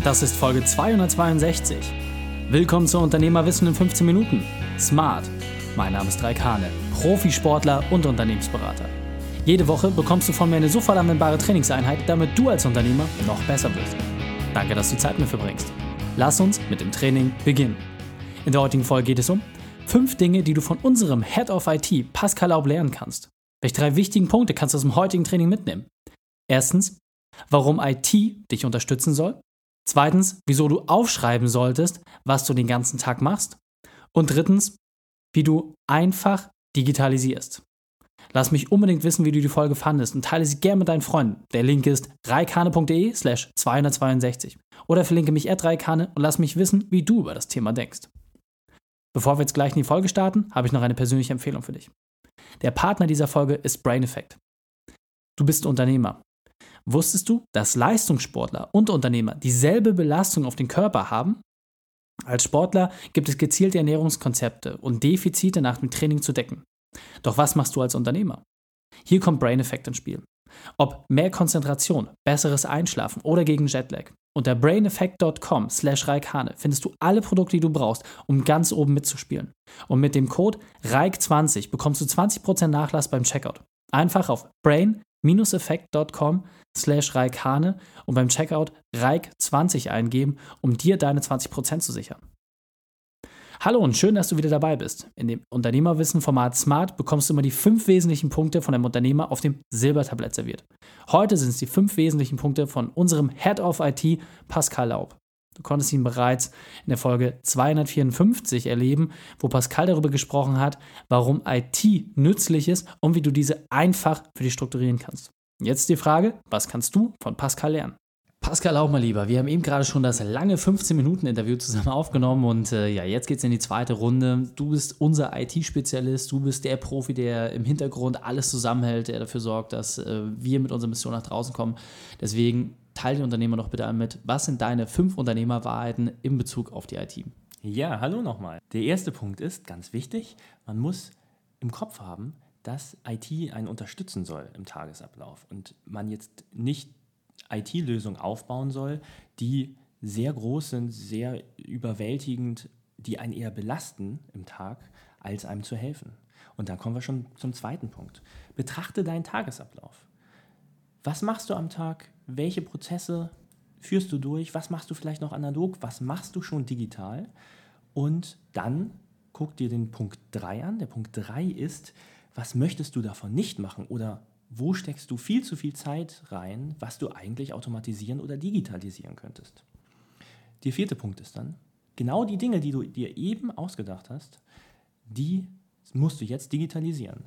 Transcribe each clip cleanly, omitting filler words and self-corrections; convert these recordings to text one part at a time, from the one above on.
Das ist Folge 262. Willkommen zu Unternehmerwissen in 15 Minuten. Smart. Mein Name ist Raik Hane, Profisportler und Unternehmensberater. Jede Woche bekommst du von mir eine sofort anwendbare Trainingseinheit, damit du als Unternehmer noch besser wirst. Danke, dass du Zeit mit mir verbringst. Lass uns mit dem Training beginnen. In der heutigen Folge geht es um 5 Dinge, die du von unserem Head of IT, Pascal Laub, lernen kannst. Welche 3 wichtigen Punkte kannst du aus dem heutigen Training mitnehmen? Erstens, warum IT dich unterstützen soll. Zweitens, wieso du aufschreiben solltest, was du den ganzen Tag machst. Und drittens, wie du einfach digitalisierst. Lass mich unbedingt wissen, wie du die Folge fandest und teile sie gerne mit deinen Freunden. Der Link ist reikhane.de/262 oder verlinke mich @reikhane und lass mich wissen, wie du über das Thema denkst. Bevor wir jetzt gleich in die Folge starten, habe ich noch eine persönliche Empfehlung für dich. Der Partner dieser Folge ist Brain Effect. Du bist Unternehmer. Wusstest du, dass Leistungssportler und Unternehmer dieselbe Belastung auf den Körper haben? Als Sportler gibt es gezielte Ernährungskonzepte und Defizite nach dem Training zu decken. Doch was machst du als Unternehmer? Hier kommt Brain Effect ins Spiel. Ob mehr Konzentration, besseres Einschlafen oder gegen Jetlag. Unter braineffect.com/reikhane findest du alle Produkte, die du brauchst, um ganz oben mitzuspielen. Und mit dem Code RAIK20 bekommst du 20% Nachlass beim Checkout. Einfach auf brain-effect.com/reikhane und beim Checkout RAIK20 eingeben, um dir deine 20% zu sichern. Hallo und schön, dass du wieder dabei bist. In dem Unternehmerwissen-Format Smart bekommst du immer die 5 wesentlichen Punkte von einem Unternehmer auf dem Silbertablett serviert. Heute sind es die 5 wesentlichen Punkte von unserem Head of IT, Pascal Laub. Du konntest ihn bereits in der Folge 254 erleben, wo Pascal darüber gesprochen hat, warum IT nützlich ist und wie du diese einfach für dich strukturieren kannst. Jetzt die Frage, was kannst du von Pascal lernen? Pascal Laub, mein Lieber, wir haben eben gerade schon das lange 15-Minuten-Interview zusammen aufgenommen und jetzt geht es in die zweite Runde. Du bist unser IT-Spezialist, du bist der Profi, der im Hintergrund alles zusammenhält, der dafür sorgt, dass wir mit unserer Mission nach draußen kommen. Deswegen teile die Unternehmer doch bitte mit, was sind deine 5 Unternehmerwahrheiten in Bezug auf die IT? Ja, hallo nochmal. Der erste Punkt ist, ganz wichtig, man muss im Kopf haben, dass IT einen unterstützen soll im Tagesablauf und man jetzt nicht IT-Lösungen aufbauen soll, die sehr groß sind, sehr überwältigend, die einen eher belasten im Tag, als einem zu helfen. Und dann kommen wir schon zum zweiten Punkt. Betrachte deinen Tagesablauf. Was machst du am Tag? Welche Prozesse führst du durch? Was machst du vielleicht noch analog? Was machst du schon digital? Und dann guck dir den Punkt 3 an. Der Punkt 3 ist, was möchtest du davon nicht machen? Oder wo steckst du viel zu viel Zeit rein, was du eigentlich automatisieren oder digitalisieren könntest? Der 4. Punkt ist dann, genau die Dinge, die du dir eben ausgedacht hast, die musst du jetzt digitalisieren.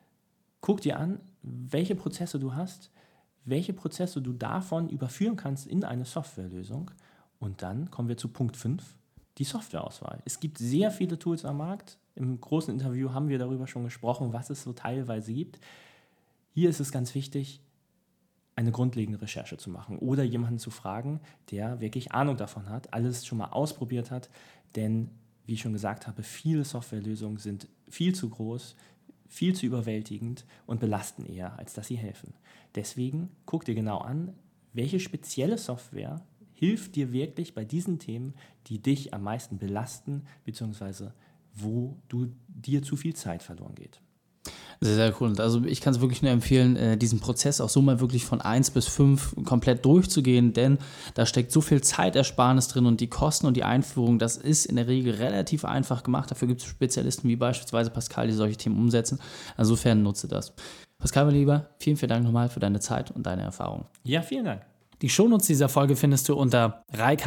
Guck dir an, welche Prozesse du hast, welche Prozesse du davon überführen kannst in eine Softwarelösung. Und dann kommen wir zu Punkt 5, die Softwareauswahl. Es gibt sehr viele Tools am Markt. Im großen Interview haben wir darüber schon gesprochen, was es so teilweise gibt. Hier ist es ganz wichtig, eine grundlegende Recherche zu machen oder jemanden zu fragen, der wirklich Ahnung davon hat, alles schon mal ausprobiert hat. Denn, wie ich schon gesagt habe, viele Softwarelösungen sind viel zu groß, viel zu überwältigend und belasten eher, als dass sie helfen. Deswegen guck dir genau an, welche spezielle Software hilft dir wirklich bei diesen Themen, die dich am meisten belasten, beziehungsweise wo dir zu viel Zeit verloren geht. Sehr, sehr cool. Und also ich kann es wirklich nur empfehlen, diesen Prozess auch so mal wirklich von 1 bis 5 komplett durchzugehen, denn da steckt so viel Zeitersparnis drin und die Kosten und die Einführung, das ist in der Regel relativ einfach gemacht. Dafür gibt es Spezialisten wie beispielsweise Pascal, die solche Themen umsetzen. Insofern nutze das. Pascal, mein Lieber, vielen, vielen Dank nochmal für deine Zeit und deine Erfahrung. Ja, vielen Dank. Die Shownotes dieser Folge findest du unter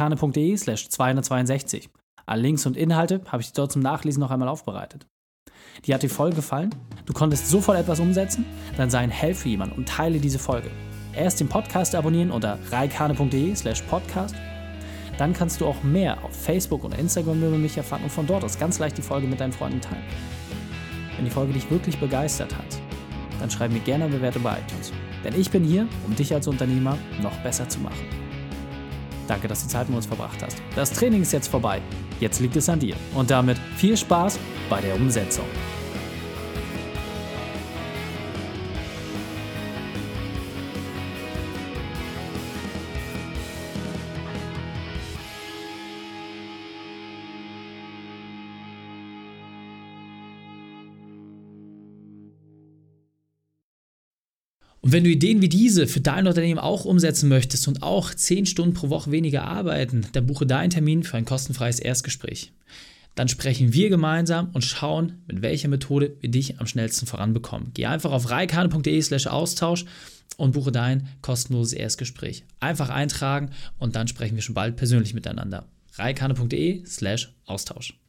reikhane.de/262. Alle Links und Inhalte habe ich dort zum Nachlesen noch einmal aufbereitet. Dir hat die Folge gefallen? Du konntest sofort etwas umsetzen? Dann sei ein Held für jemanden und teile diese Folge. Erst den Podcast abonnieren unter reikhane.de/podcast. Dann kannst du auch mehr auf Facebook und Instagram über mich erfahren und von dort aus ganz leicht die Folge mit deinen Freunden teilen. Wenn die Folge dich wirklich begeistert hat, dann schreib mir gerne eine Bewertung bei iTunes. Denn ich bin hier, um dich als Unternehmer noch besser zu machen. Danke, dass du Zeit mit uns verbracht hast. Das Training ist jetzt vorbei. Jetzt liegt es an dir. Und damit viel Spaß bei der Umsetzung. Und wenn du Ideen wie diese für dein Unternehmen auch umsetzen möchtest und auch 10 Stunden pro Woche weniger arbeiten, dann buche deinen Termin für ein kostenfreies Erstgespräch. Dann sprechen wir gemeinsam und schauen, mit welcher Methode wir dich am schnellsten voranbekommen. Geh einfach auf reikane.de/Austausch und buche dein kostenloses Erstgespräch. Einfach eintragen und dann sprechen wir schon bald persönlich miteinander. reikane.de/Austausch.